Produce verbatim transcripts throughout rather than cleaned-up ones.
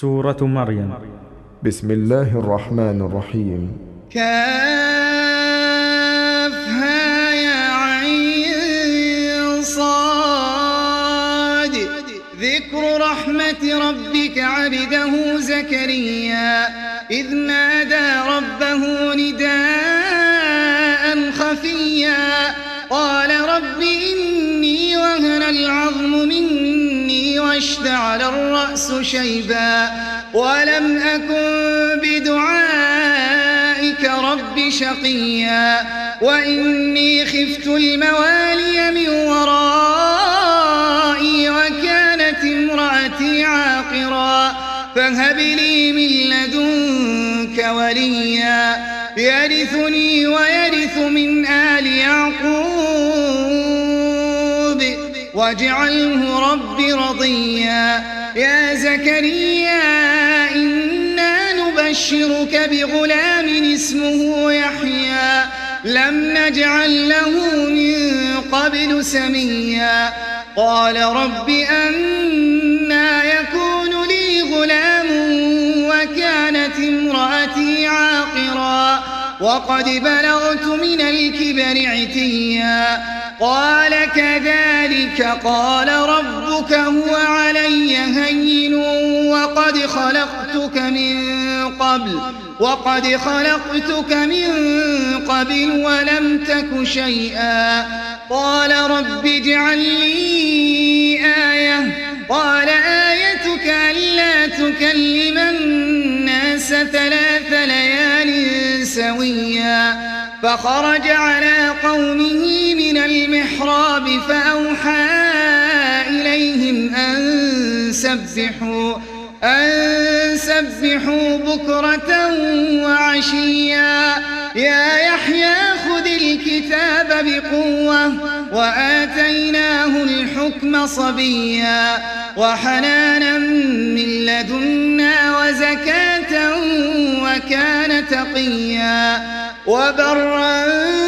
سورة مريم. بسم الله الرحمن الرحيم. كافها يا عين صاد. ذكر رحمة ربك عبده زكريا إذ نادى ربه نداء خفيا قال رب إني وهن العظم مني واشتعل الرأس شيبا ولم أكن بدعائك رب شقيا وإني خفت الموالي من ورائي وكانت امرأتي عاقرا فهب لي من لدنك وليا يرثني ويرث من آل يعقوب واجعله رب رضيا. يا زكريا إنا نبشرك بغلام اسمه يحيى لم نجعل له من قبل سميا قال رب أنى يكون لي غلام وكانت امرأتي عاقرا وقد بلغت من الكبر عتيا قال كذلك قال ربك هو علي هين وقد خلقتك من قبل وقد خلقتك من قبل ولم تك شيئا قال رب اجعل لي آية قال آيتك ألا تكلم الناس ثلاث ليال سويا فخرج على قومه من المحراب فأوحى إليهم أن سبحوا أن سبحوا بكرة وعشيا يا يحيى خذ الكتاب بقوة وآتيناه الحكم صبيا وحنانا من لدنا وزكاة وكان تقيا وبرا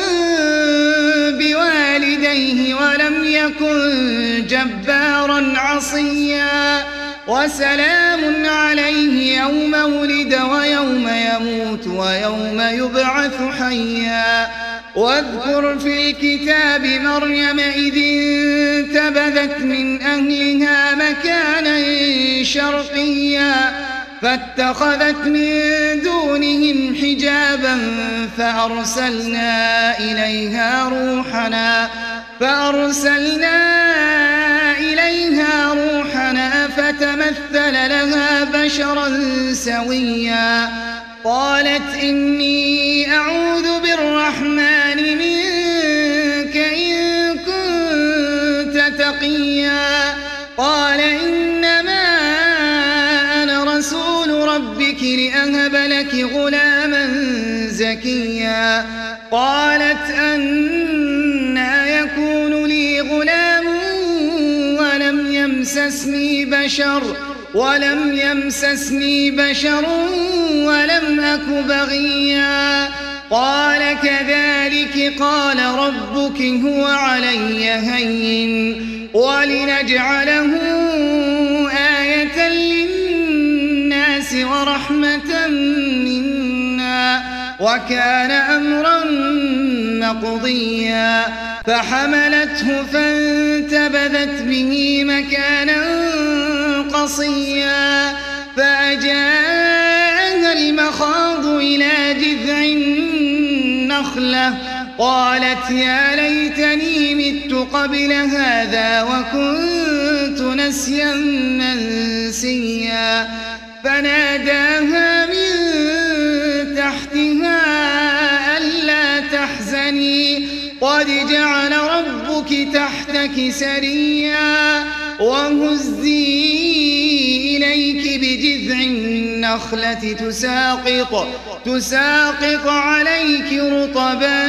بوالديه ولم يكن جبارا عصيا وسلام عليه يوم ولد ويوم يموت ويوم يبعث حيا. واذكر في الكتاب مريم إذ انتبذت من أهلها مكانا شرقيا فاتخذت من دونهم حجابا فأرسلنا إليها روحنا فأرسلنا إليها روحنا فتمثل لها بشرا سويا قالت إني أعوذ بالرحمن منك إن كنت تقيا قال إنما أنا رسول ربك لأهب لك غلاما زكيا قالت أنى يكون لي غلام ولم يمسسني بشر ولم يمسسني بشر ولم أك بغيا قال كذلك قال ربك هو علي هين ولنجعله آية للناس ورحمة منا وكان أمرا مقضيا فحملته فانتبذت به مكانا قصيا فأجاءها المخاض إلى جذع النخلة قالت يا ليتني مت قبل هذا وكنت نسيا منسيا فناداها من تحتها ألا تحزني قد جعل ربك تحتك سريا وهزي إليك بجذع النخلة تساقط تساقط عليك رطبا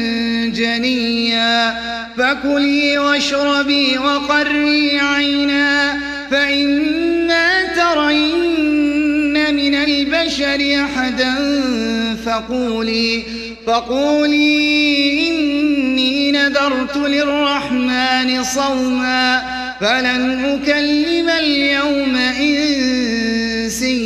جنيا فكلي واشربي وقري عينا فإما ترين من البشر أحدا فقولي فقولي إني نذرت للرحمن صوما فلن أكلم اليوم إنسيا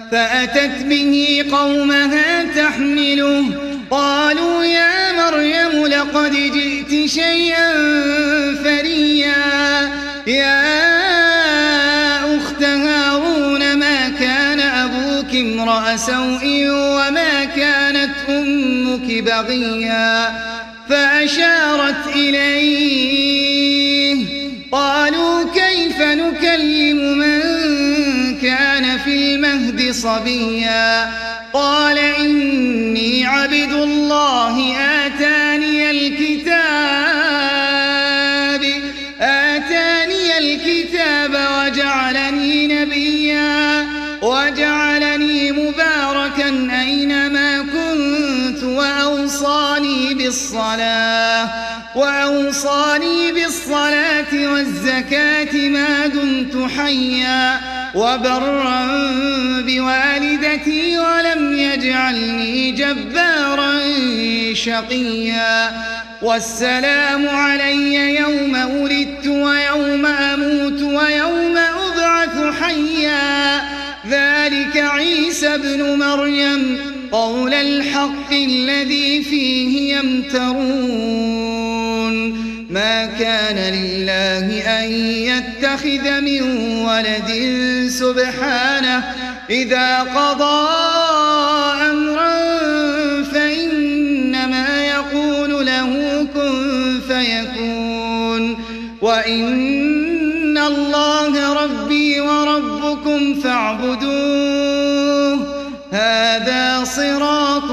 فأتت به قومها تحمله قالوا يا مريم لقد جئت شيئا فريا يا أخت هارون ما كان أبوك امرأ سوء وما كانت أمك بغيا فأشارت إليه قالوا كيف نكلم من كان في المهد صبيا قال إني عبد الله آتاني الكتاب آتاني الكتاب وجعلني نبيا وجعلني مباركا أينما كنت وأوصاني بالصلاة وأوصاني بالصلاة والزكاة ما دمت حيا وبرا بوالدتي ولم يجعلني جبارا شقيا والسلام علي يوم ولدت ويوم أموت ويوم أبعث حيا ذلك عيسى ابن مريم قول الحق الذي فيه يمترون ما كان لله أن يتخذ من ولد سبحانه إذا قضى أمرا فإنما يقول له كن فيكون وإن الله ربي وربكم فاعبدوه هذا صراط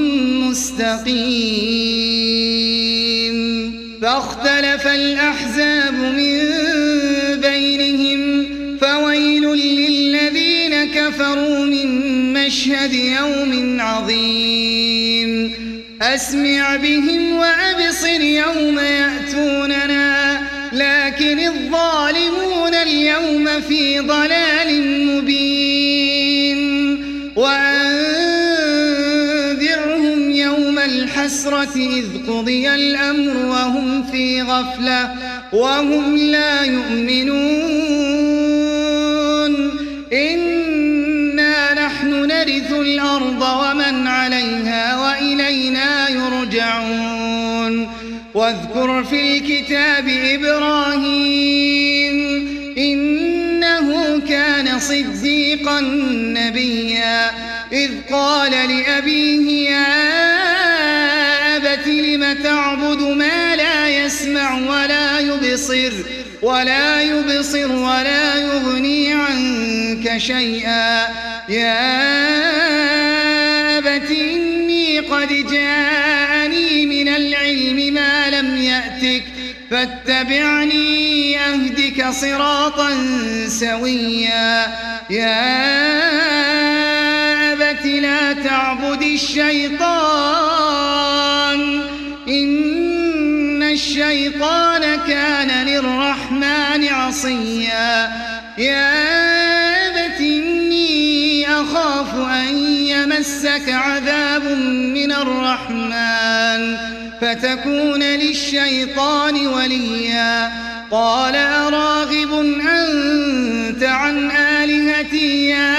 مستقيم فاختلف الأحزاب من بينهم فويل للذين كفروا من مشهد يوم عظيم أسمع بهم وأبصر يوم يأتوننا لكن الظالمون اليوم في ضلال مبين وأنذرهم يوم الحسرة إذ قضي الأمر وهم في غفلة وهم لا يؤمنون إنا نحن نرث الأرض ومن عليها وإلينا يرجعون واذكر في الكتاب إبراهيم إنه كان صديقا نبيا إذ قال لأبيه يا أبت لم تعبد ما لا يسمع ولا يبصر ولا يبصر ولا يغني عنك شيئا يا أبت إني قد جاءني من العلم ما لم يأتك فاتبعني أهدك صراطا سويا يا أبت لا تعبد الشيطان إن الشيطان كان للرحمن عصيا يا أبت إني أخاف أن يمسك عذاب من الرحمن فتكون للشيطان وليا قال أراغب أنت عن آلهتي يا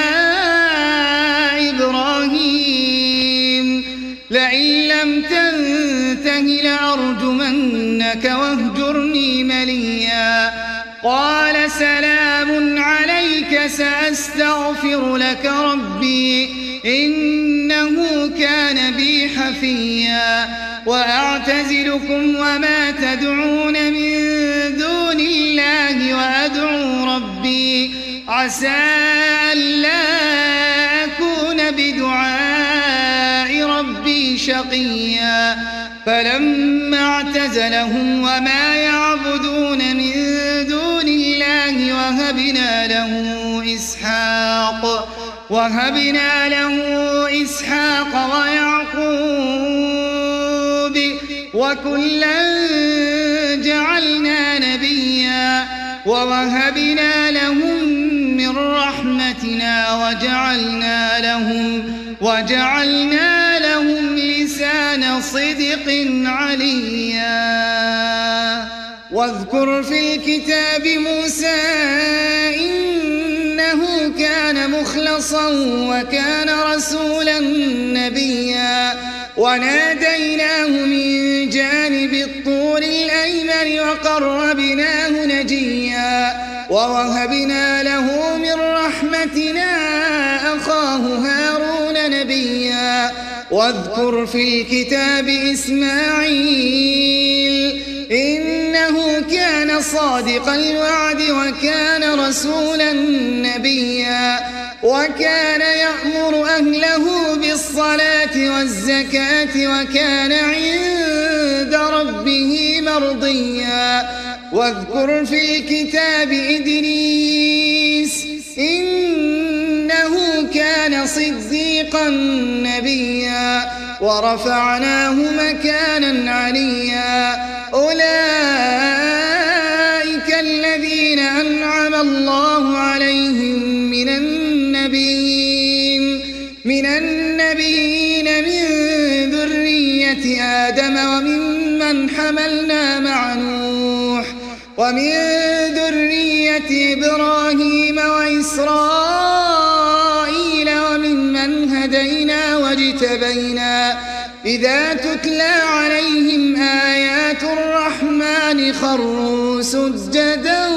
إبراهيم لئن لم تنته لأرجمنك واهجرني مليا قال سلام عليك سأستغفر لك ربي إنه كان بي حفيا وأعتزلكم وما تدعون من دون الله وأدعو ربي عسى ألا أكون بدعاء ربي شقيا فلما اعتزلهم وما يعبدون من دون الله وهبنا له إسحاق وهبنا له إسحاق ويعقوب وكلا جعلنا نبيا ووهبنا لهم من رحمتنا وجعلنا لهم وجعلنا لهم لسان صدق عليا واذكر في الكتاب موسى إنه كان كان مخلصا وكان رسولا نبيا وناديناه من جانب الطور الأيمن وقربناه نجيا ووهبنا له من رحمتنا أخاه هارون نبيا واذكر في الكتاب إسماعيل إنه كان صادق الوعد وكان رسولا نبيا وكان يأمر أهله بالصلاة والزكاة وكان عند ربه مرضيا واذكر في الكتاب إدريس إنه كان صديقا نبيا ورفعناه مكانا عليا أولئك الذين أنعم الله عليهم من النبيين من النبيين من ذرية آدم وممن حملنا مع نوح ومن ذرية إبراهيم وإسرائيل وممن هدينا واجتبينا إذا تتلى عليهم آيات الرحمن خروا سجدا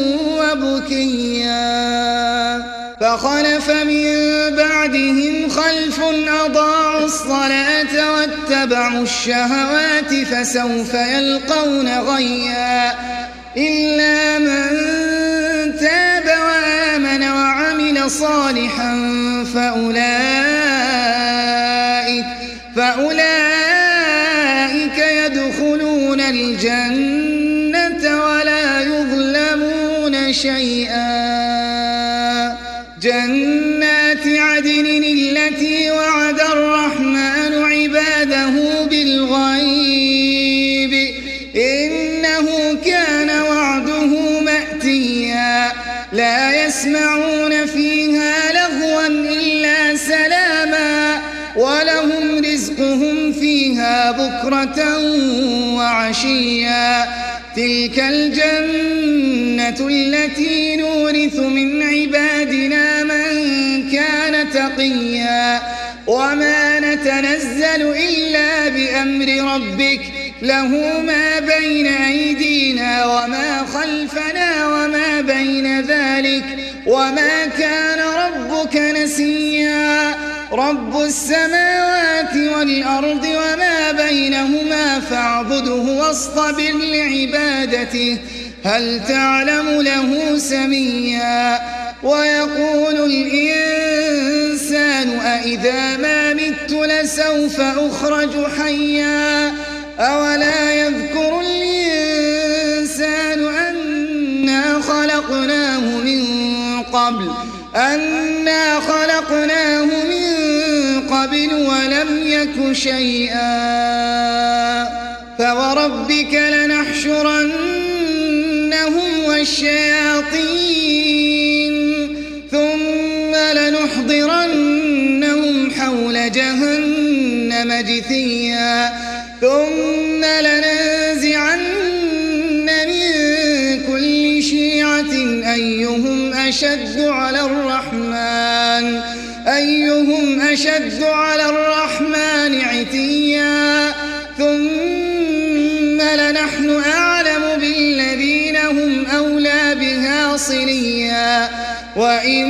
وبكيا فخلف من بعدهم خلف أضاعوا الصلاة واتبعوا الشهوات فسوف يلقون غيا إلا من تاب وآمن وعمل صالحا فأولئك فأولئك يدخلون الجنة ولا يظلمون شيئا جنات عدن التي وعد الرحمن عباده بالغيب إنه كان وعده مأتيا لا يسمعون فيها لغوا إلا سلاما ولهم رزقهم فيها بكرة وعشيا تلك الجنة التي نورث من عبادنا من كان تقيا وما نتنزل إلا بأمر ربك له ما بين أيدينا وما خلفنا وما بين ذلك وما كان ربك نسيا رب السماوات والأرض وما بينهما فاعبده واصطبر لعبادته هل تعلم له سميا ويقول الإنسان أإذا ما مت لسوف أخرج حيا أولا يذكر الإنسان أنا خلقناه من قبل أنا خلقناه من قبل ولم يك شيئا فوربك لنحشرنهم والشياطين ثم لنحضرنهم حول جهنم جثيا ثم لننزعن من كل شيعة أيهم أشد على الرحمن أيهم أشد على الرحمن عتيا ثم لنحن أعلم بالذين هم أولى بها صليا وإن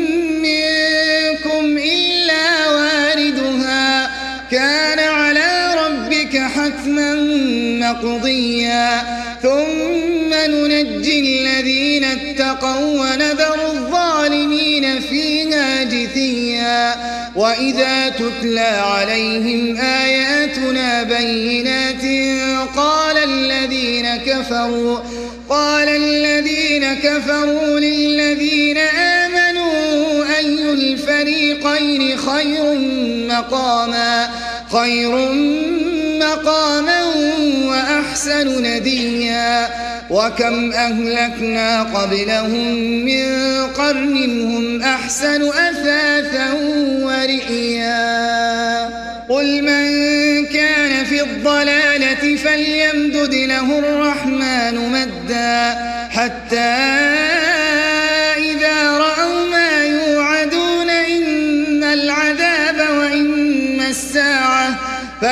منكم إلا واردها كان على ربك حتما مقضيا ثم ننجي الذين اتقوا ونذر الظالمين فيها جثيا وإذا تتلى عليهم آياتنا بينات قال الذين كفروا قال الذين كفروا للذين آمنوا أي الفريقين خير مقاما خير مقاما وأحسن نديا وكم أهلكنا قبلهم من قرن هم أحسن أثاثا ورئيا قل من كان في الضلالة فليمدد له الرحمن مدا حتى إذا رأوا ما يوعدون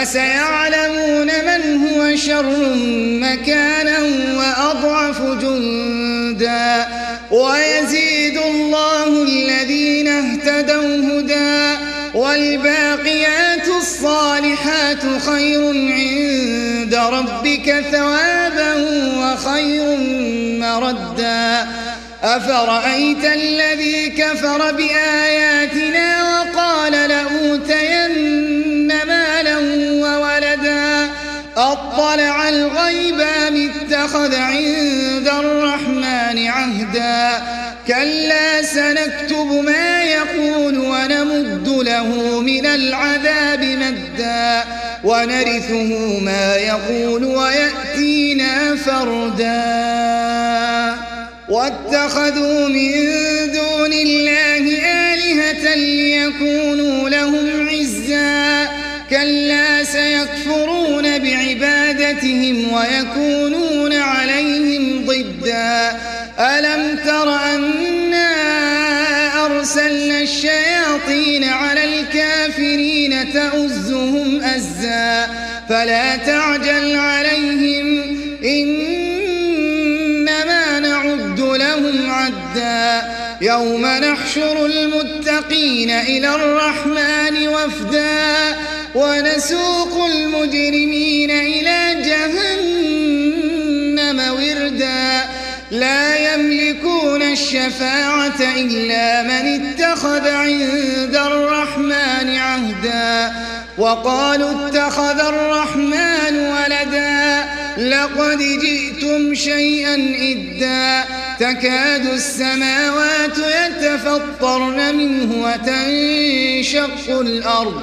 فسيعلمون من هو شر مكانا وأضعف جندا ويزيد الله الذين اهتدوا هدى والباقيات الصالحات خير عند ربك ثوابا وخير مردا أفرأيت الذي كفر بآياتنا وقال لأوتين مالا وولدا أطلع الغيب أم اتخذ عند الرحمن عهدا كلا سنكتب ما يقول ونمد له من العذاب مدا ونرثه ما يقول ويأتينا فردا واتخذوا من دون الله آلهة ليكونوا لهم عزا كلا سيكفرون بعبادتهم ويكونون عليهم ضدا ألم تر أنا أرسلنا الشياطين على الكافرين تؤزهم أزا فلا تعجل عليهم إنما نعد لهم عدا يوم نحشر المتقين إلى الرحمن وفدا ونسوق المجرمين إلى جهنم وردا لا يملكون الشفاعة إلا من اتخذ عند الرحمن عهدا وقالوا اتخذ الرحمن ولدا لقد جئتم شيئا إدا تكاد السماوات يتفطرن منه وتنشق الأرض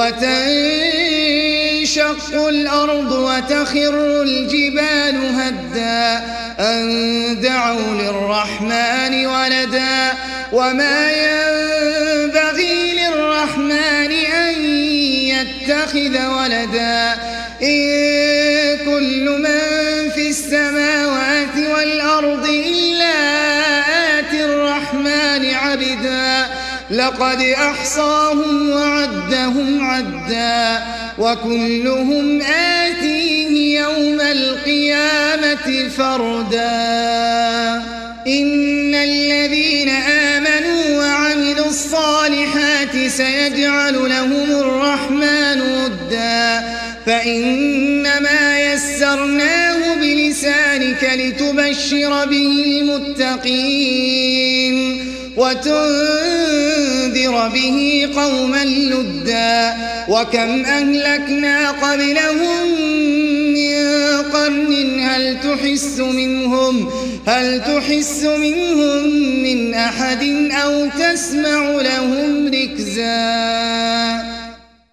وتنشق الأرض وتخر الجبال هدا أن دعوا للرحمن ولدا وما ينبغي للرحمن أن يتخذ ولدا إن كل من في السماوات والأرض إلا آتي الرحمن عبدا لقد أحصاهم وعدهم عدا وكلهم آتيه يوم القيامة فردا إن الذين آمنوا وعملوا الصالحات سيجعل لهم الرحمن ودا فإنما يسرناه بلسانك لتبشر به المتقين وتنذر به قوما لدا وكم أهلكنا قبلهم من قرن هل تحس منهم هل تحس منهم من أحد أو تسمع لهم ركزا